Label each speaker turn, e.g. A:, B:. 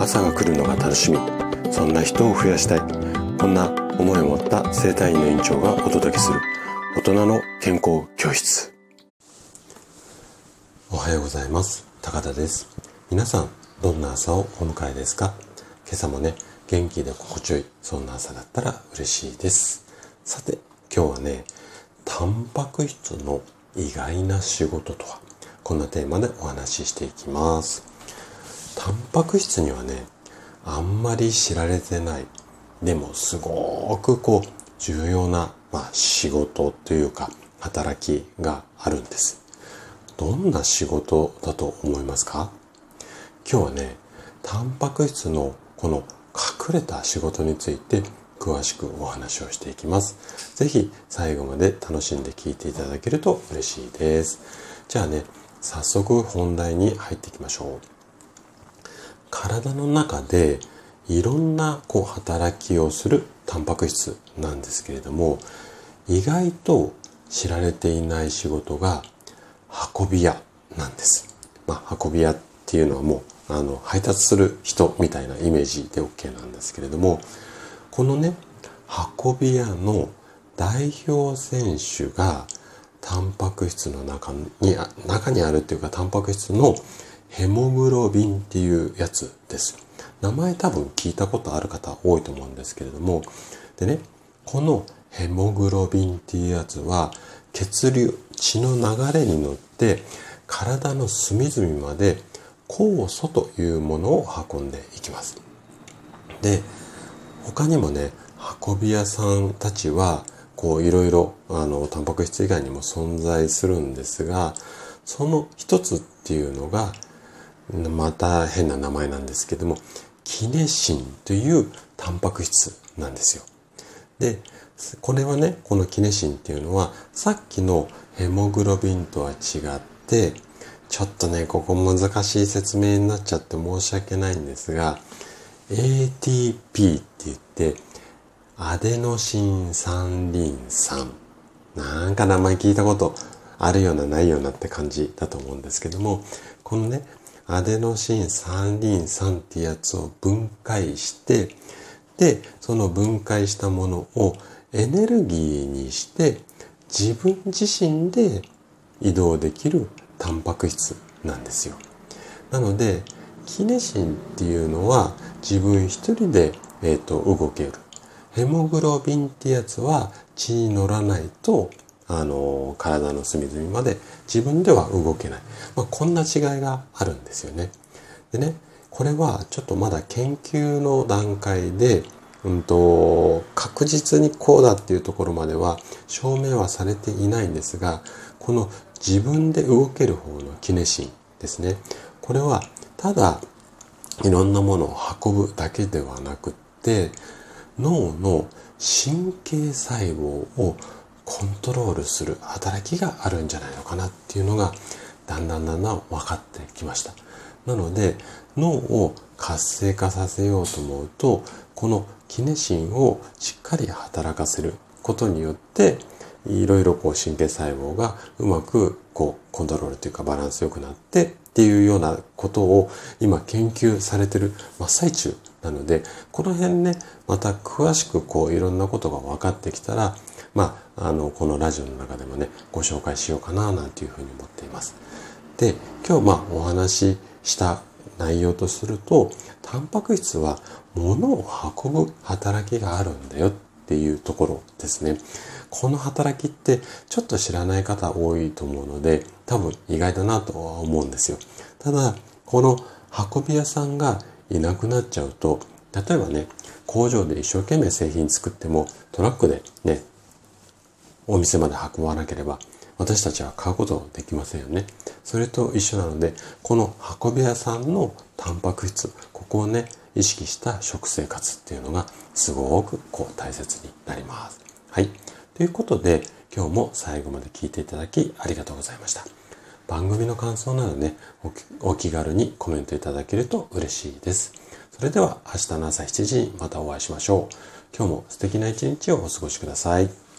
A: 朝が来るのが楽しみ、そんな人を増やしたい、こんな思いを持った整体院の院長がお届けする大人の健康教室。おはようございます。高田です。皆さんどんな朝をお迎えですか？今朝もね、元気で心地よい、そんな朝だったら嬉しいです。さて、今日はね、タンパク質の意外な仕事とは、こんなテーマでお話ししていきます。タンパク質にはね、あんまり知られてない、でもすごく重要な、仕事というか働きがあるんです。どんな仕事だと思いますか？今日はね、タンパク質のこの隠れた仕事について詳しくお話をしていきます。ぜひ最後まで楽しんで聞いていただけると嬉しいです。じゃあね、早速本題に入っていきましょう。体の中でいろんな働きをするタンパク質なんですけれども、意外と知られていない仕事が運び屋なんです。運び屋っていうのはもう配達する人みたいなイメージで OK なんですけれども、このね、運び屋の代表選手がタンパク質の中にあるっていうか、タンパク質のヘモグロビンっていうやつです。名前多分聞いたことある方多いと思うんですけれども、でね、このヘモグロビンっていうやつは血流、血の流れに乗って体の隅々まで酵素というものを運んでいきます。で、他にもね、運び屋さんたちはいろいろタンパク質以外にも存在するんですが、その一つっていうのがまた変な名前なんですけども、キネシンというタンパク質なんですよ。で、これはね、このキネシンっていうのはさっきのヘモグロビンとは違って、ちょっとね、ここ難しい説明になっちゃって申し訳ないんですが、ATP って言ってアデノシン三リン酸、なんか名前聞いたことあるようなないようなって感じだと思うんですけども、このね、アデノシン三リン酸ってやつを分解して、で、その分解したものをエネルギーにして自分自身で移動できるタンパク質なんですよ。なので、キネシンっていうのは自分一人で、動ける。ヘモグロビンってやつは血に乗らないと体の隅々まで自分では動けない。こんな違いがあるんですよね。でね、これはちょっとまだ研究の段階で、確実にこうだっていうところまでは証明はされていないんですが、この自分で動ける方のキネシンですね。これはただいろんなものを運ぶだけではなくって、脳の神経細胞をコントロールする働きがあるんじゃないのかなっていうのがだんだん分かってきました。なので、脳を活性化させようと思うと、このキネシンをしっかり働かせることによって、いろいろ神経細胞がうまくコントロールというかバランスよくなってっていうようなことを今研究されてる真っ最中なので、この辺ね、また詳しくいろんなことが分かってきたら、このラジオの中でもね、ご紹介しようかななんていうふうに思っています。で、今日お話しした内容とすると、タンパク質は物を運ぶ働きがあるんだよっていうところですね。この働きってちょっと知らない方多いと思うので、多分意外だなとは思うんですよ。ただ、この運び屋さんがいなくなっちゃうと、例えばね、工場で一生懸命製品作ってもトラックでね、お店まで運ばなければ私たちは買うことできませんよね。それと一緒なので、この運び屋さんのタンパク質、ここをね、意識した食生活っていうのがすごく大切になります。はい。ということで、今日も最後まで聞いていただきありがとうございました。番組の感想などね、お気軽にコメントいただけると嬉しいです。それでは明日の朝7時にまたお会いしましょう。今日も素敵な一日をお過ごしください。